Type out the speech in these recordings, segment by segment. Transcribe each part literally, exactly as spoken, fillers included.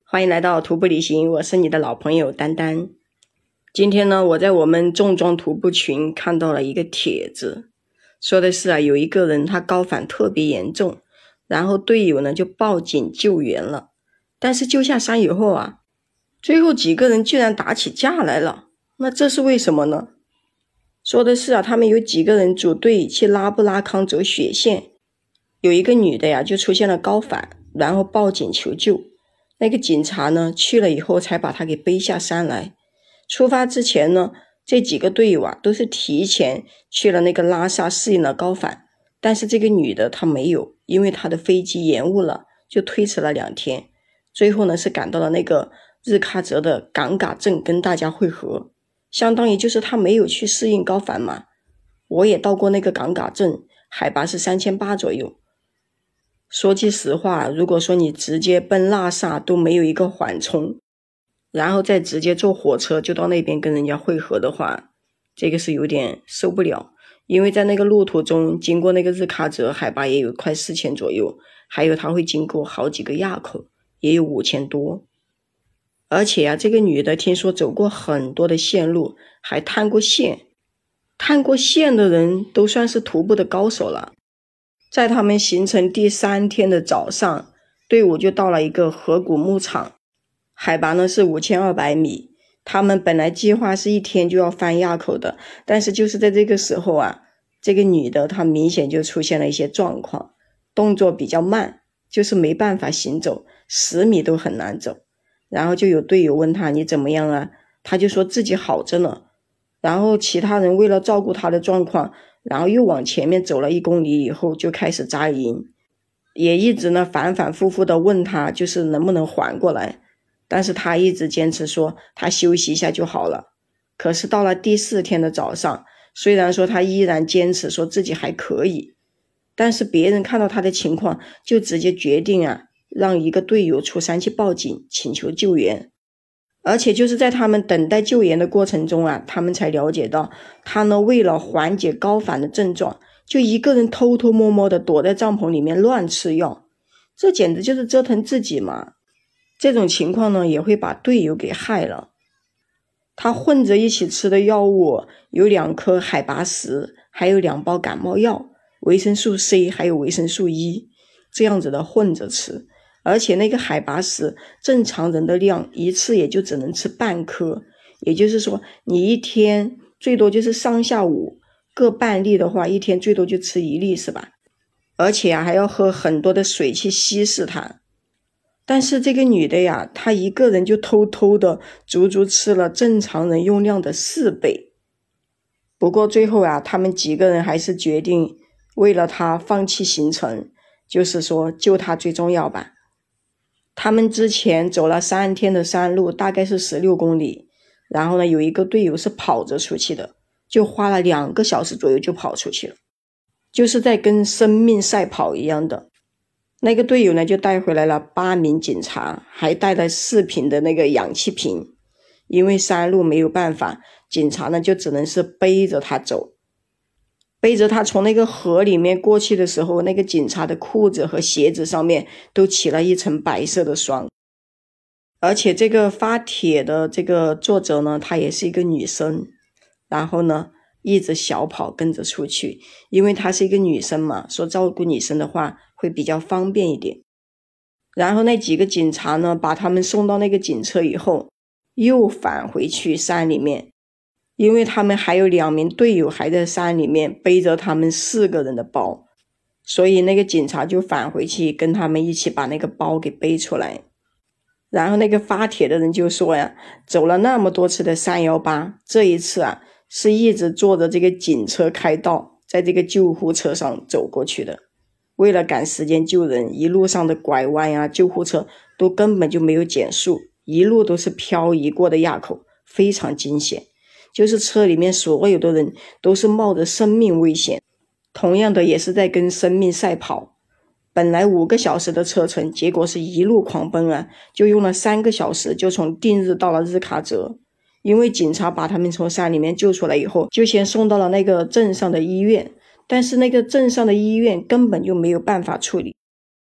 欢迎来到徒步旅行，我是你的老朋友丹丹。今天呢，我在我们重装徒步群看到了一个帖子，说的是啊，有一个人他高反特别严重，然后队友呢就报警救援了，但是救下山以后啊，最后几个人居然打起架来了，那这是为什么呢？说的是啊，他们有几个人组队去拉布拉康走雪线，有一个女的呀就出现了高反，然后报警求救。那个警察呢去了以后才把他给背下山来。出发之前呢，这几个队友啊都是提前去了那个拉萨适应了高反，但是这个女的她没有，因为她的飞机延误了，就推迟了两天。最后呢是赶到了那个日喀则的岗嘎镇跟大家会合，相当于就是她没有去适应高反嘛。我也到过那个岗嘎镇，海拔是三千八左右。说句实话，如果说你直接奔拉萨都没有一个缓冲，然后再直接坐火车就到那边跟人家会合的话，这个是有点受不了。因为在那个路途中经过那个日喀则，海拔也有快四千左右，还有它会经过好几个垭口，也有五千多。而且啊，这个女的听说走过很多的线路，还探过线，探过线的人都算是徒步的高手了。在他们行程第三天的早上，队伍就到了一个河谷牧场，海拔呢是五千二百米。他们本来计划是一天就要翻垭口的，但是就是在这个时候啊，这个女的她明显就出现了一些状况，动作比较慢，就是没办法行走，十米都很难走。然后就有队友问她你怎么样啊？她就说自己好着呢。然后其他人为了照顾她的状况，然后又往前面走了一公里以后就开始扎营，也一直呢反反复复的问他就是能不能缓过来，但是他一直坚持说他休息一下就好了。可是到了第四天的早上，虽然说他依然坚持说自己还可以，但是别人看到他的情况就直接决定啊让一个队友出山去报警请求救援。而且就是在他们等待救援的过程中啊，他们才了解到他呢为了缓解高反的症状，就一个人偷偷摸摸的躲在帐篷里面乱吃药，这简直就是折腾自己嘛。这种情况呢也会把队友给害了。他混着一起吃的药物有两颗海拔十，还有两包感冒药，维生素 C 还有维生素 E， 这样子的混着吃。而且那个海拔十，正常人的量一次也就只能吃半颗，也就是说你一天最多就是上下午各半粒的话，一天最多就吃一粒是吧？而且啊还要喝很多的水去稀释它。但是这个女的呀，她一个人就偷偷的足足吃了正常人用量的四倍。不过最后啊，他们几个人还是决定为了她放弃行程，就是说救她最重要吧。他们之前走了三天的山路，大概是十六公里，然后呢有一个队友是跑着出去的，就花了两个小时左右就跑出去了，就是在跟生命赛跑一样的。那个队友呢就带回来了八名警察，还带了四瓶的那个氧气瓶。因为山路没有办法，警察呢就只能是背着他走。背着他从那个河里面过去的时候，那个警察的裤子和鞋子上面都起了一层白色的霜。而且这个发帖的这个作者呢，她也是一个女生，然后呢一直小跑跟着出去，因为她是一个女生嘛，说照顾女生的话会比较方便一点。然后那几个警察呢把他们送到那个警车以后，又返回去山里面，因为他们还有两名队友还在山里面背着他们四个人的包，所以那个警察就返回去跟他们一起把那个包给背出来。然后那个发帖的人就说呀，走了那么多次的三一八，这一次啊是一直坐着这个警车开道，在这个救护车上走过去的。为了赶时间救人，一路上的拐弯呀、啊，救护车都根本就没有减速，一路都是漂移过的垭口，非常惊险。就是车里面所有的人都是冒着生命危险，同样的也是在跟生命赛跑。本来五个小时的车程，结果是一路狂奔啊，就用了三个小时就从定日到了日喀则。因为警察把他们从山里面救出来以后，就先送到了那个镇上的医院，但是那个镇上的医院根本就没有办法处理。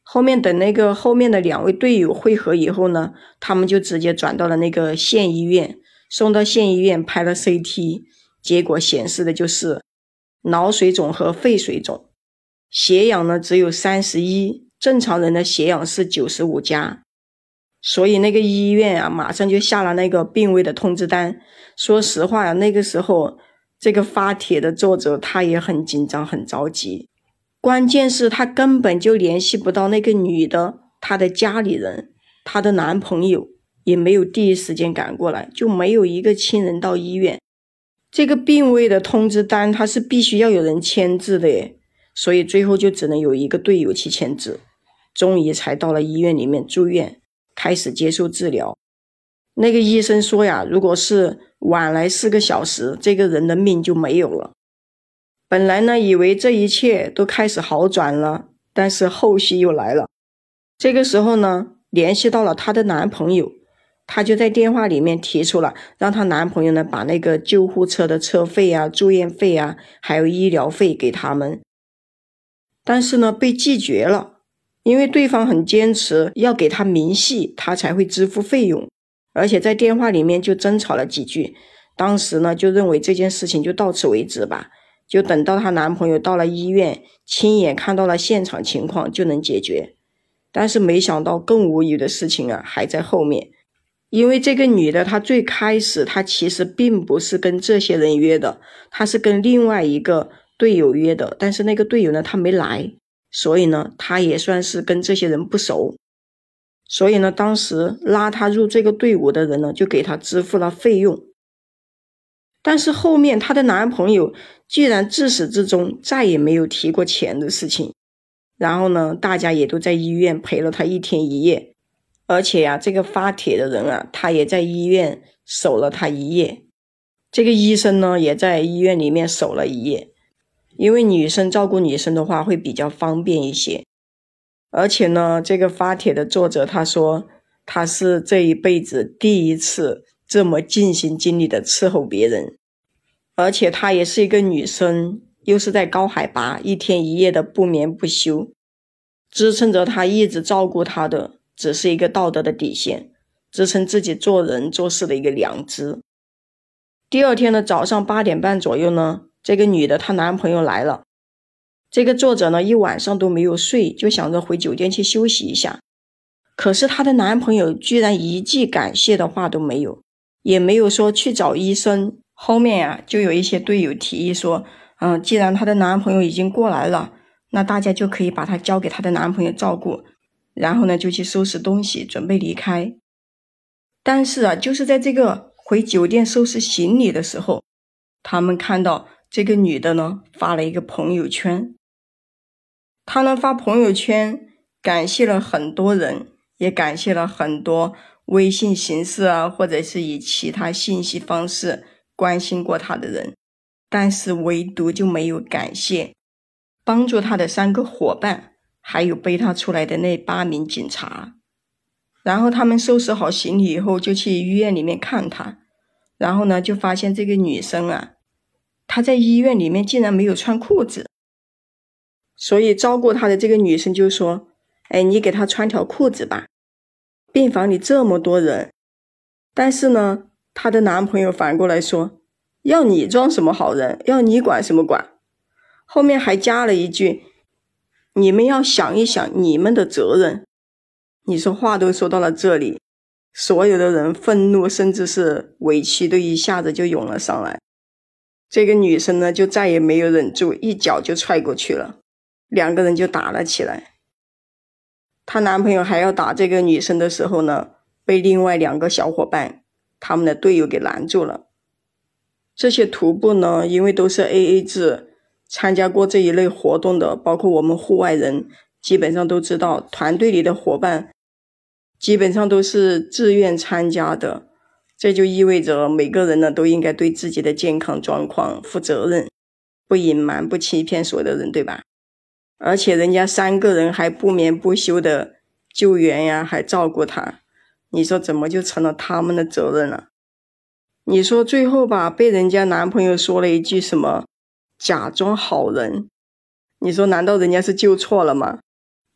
后面等那个后面的两位队友汇合以后呢，他们就直接转到了那个县医院，送到县医院拍了 C T， 结果显示的就是脑水肿和肺水肿，血氧呢只有三十一，正常人的血氧是九十五加。所以那个医院啊，马上就下了那个病危的通知单。说实话啊，那个时候这个发帖的作者他也很紧张很着急，关键是他根本就联系不到那个女的，她的家里人，她的男朋友也没有第一时间赶过来，就没有一个亲人到医院。这个病危的通知单它是必须要有人签字的耶，所以最后就只能有一个队友去签字，终于才到了医院里面住院，开始接受治疗。那个医生说呀，如果是晚来四个小时，这个人的命就没有了。本来呢，以为这一切都开始好转了，但是后续又来了。这个时候呢，联系到了她的男朋友，她就在电话里面提出了让她男朋友呢把那个救护车的车费啊、住院费啊，还有医疗费给他们。但是呢，被拒绝了，因为对方很坚持要给他明细，他才会支付费用。而且在电话里面就争吵了几句，当时呢就认为这件事情就到此为止吧，就等到她男朋友到了医院，亲眼看到了现场情况就能解决。但是没想到更无语的事情啊还在后面，因为这个女的她最开始她其实并不是跟这些人约的，她是跟另外一个队友约的，但是那个队友呢他没来，所以呢她也算是跟这些人不熟。所以呢，当时拉她入这个队伍的人呢，就给她支付了费用。但是后面她的男朋友居然自始至终再也没有提过钱的事情。然后呢，大家也都在医院陪了她一天一夜。而且呀、啊，这个发帖的人啊，他也在医院守了她一夜。这个医生呢，也在医院里面守了一夜。因为女生照顾女生的话会比较方便一些。而且呢，这个发帖的作者他说，他是这一辈子第一次这么尽心尽力的伺候别人，而且她也是一个女生，又是在高海拔一天一夜的不眠不休，支撑着她一直照顾她的只是一个道德的底线，支撑自己做人做事的一个良知。第二天的早上八点半左右呢，这个女的她男朋友来了。这个作者呢一晚上都没有睡，就想着回酒店去休息一下。可是她的男朋友居然一句感谢的话都没有，也没有说去找医生。后面呀、啊、就有一些队友提议说，嗯，既然她的男朋友已经过来了，那大家就可以把她交给她的男朋友照顾，然后呢就去收拾东西准备离开。但是啊，就是在这个回酒店收拾行李的时候，他们看到这个女的呢发了一个朋友圈。她呢发朋友圈感谢了很多人，也感谢了很多微信形式啊，或者是以其他信息方式关心过她的人，但是唯独就没有感谢帮助她的三个伙伴，还有背她出来的那八名警察。然后他们收拾好行李以后就去医院里面看她，然后呢就发现这个女生啊，她在医院里面竟然没有穿裤子。所以照顾她的这个女生就说，哎，你给她穿条裤子吧，病房里这么多人。但是呢，她的男朋友反过来说，要你装什么好人，要你管什么管。后面还加了一句，你们要想一想你们的责任。你说话都说到了这里，所有的人愤怒甚至是委屈都一下子就涌了上来。这个女生呢就再也没有忍住，一脚就踹过去了，两个人就打了起来。她男朋友还要打这个女生的时候呢，被另外两个小伙伴他们的队友给拦住了。这些徒步呢，因为都是 A A 制，参加过这一类活动的，包括我们户外人，基本上都知道，团队里的伙伴基本上都是自愿参加的。这就意味着每个人呢都应该对自己的健康状况负责任，不隐瞒不欺骗所有的人，对吧？而且人家三个人还不眠不休的救援呀，还照顾他，你说怎么就成了他们的责任了？你说最后吧，被人家男朋友说了一句什么假装好人，你说难道人家是救错了吗？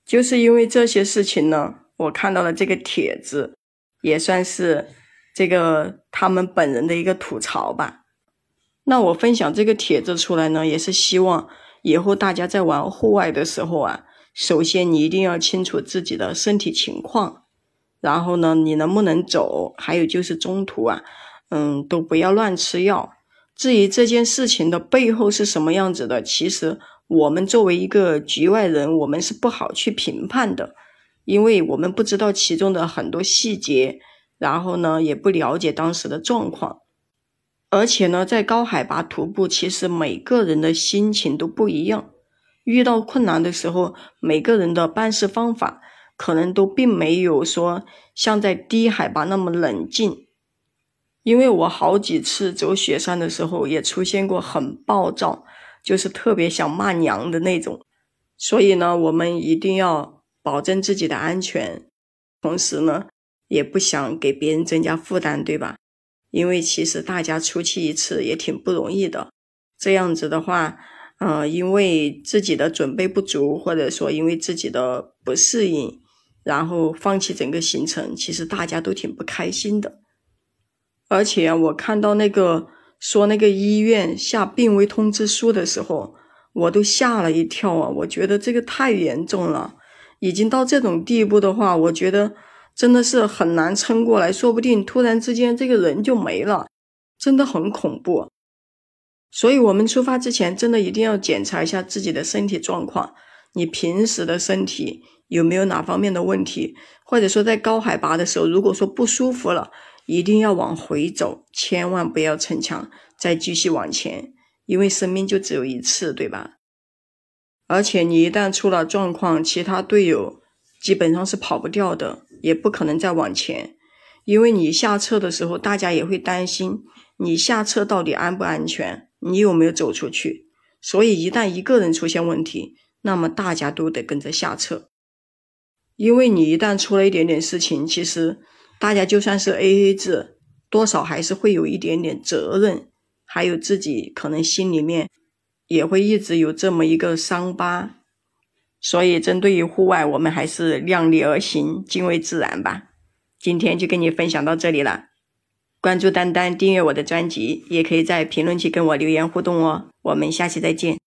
就是因为这些事情呢，我看到了这个帖子，也算是这个他们本人的一个吐槽吧。那我分享这个帖子出来呢，也是希望以后大家在玩户外的时候啊，首先你一定要清楚自己的身体情况，然后呢，你能不能走，还有就是中途啊，嗯，都不要乱吃药。至于这件事情的背后是什么样子的，其实我们作为一个局外人，我们是不好去评判的，因为我们不知道其中的很多细节，然后呢，也不了解当时的状况。而且呢，在高海拔徒步，其实每个人的心情都不一样，遇到困难的时候，每个人的办事方法可能都并没有说像在低海拔那么冷静。因为我好几次走雪山的时候也出现过很暴躁，就是特别想骂娘的那种。所以呢，我们一定要保证自己的安全，同时呢，也不想给别人增加负担，对吧？因为其实大家出去一次也挺不容易的，这样子的话，呃，因为自己的准备不足，或者说因为自己的不适应，然后放弃整个行程，其实大家都挺不开心的。而且我看到那个说那个医院下病危通知书的时候，我都吓了一跳啊！我觉得这个太严重了，已经到这种地步的话，我觉得真的是很难撑过来，说不定突然之间这个人就没了，真的很恐怖。所以我们出发之前真的一定要检查一下自己的身体状况，你平时的身体有没有哪方面的问题，或者说在高海拔的时候，如果说不舒服了，一定要往回走，千万不要逞强再继续往前，因为生命就只有一次，对吧？而且你一旦出了状况，其他队友基本上是跑不掉的，也不可能再往前，因为你下车的时候大家也会担心你下车到底安不安全，你有没有走出去。所以一旦一个人出现问题，那么大家都得跟着下车，因为你一旦出了一点点事情，其实大家就算是 A A 制，多少还是会有一点点责任，还有自己可能心里面也会一直有这么一个伤疤。所以针对于户外，我们还是量力而行，敬畏自然吧。今天就跟你分享到这里了，关注丹丹，订阅我的专辑，也可以在评论区跟我留言互动哦。我们下期再见。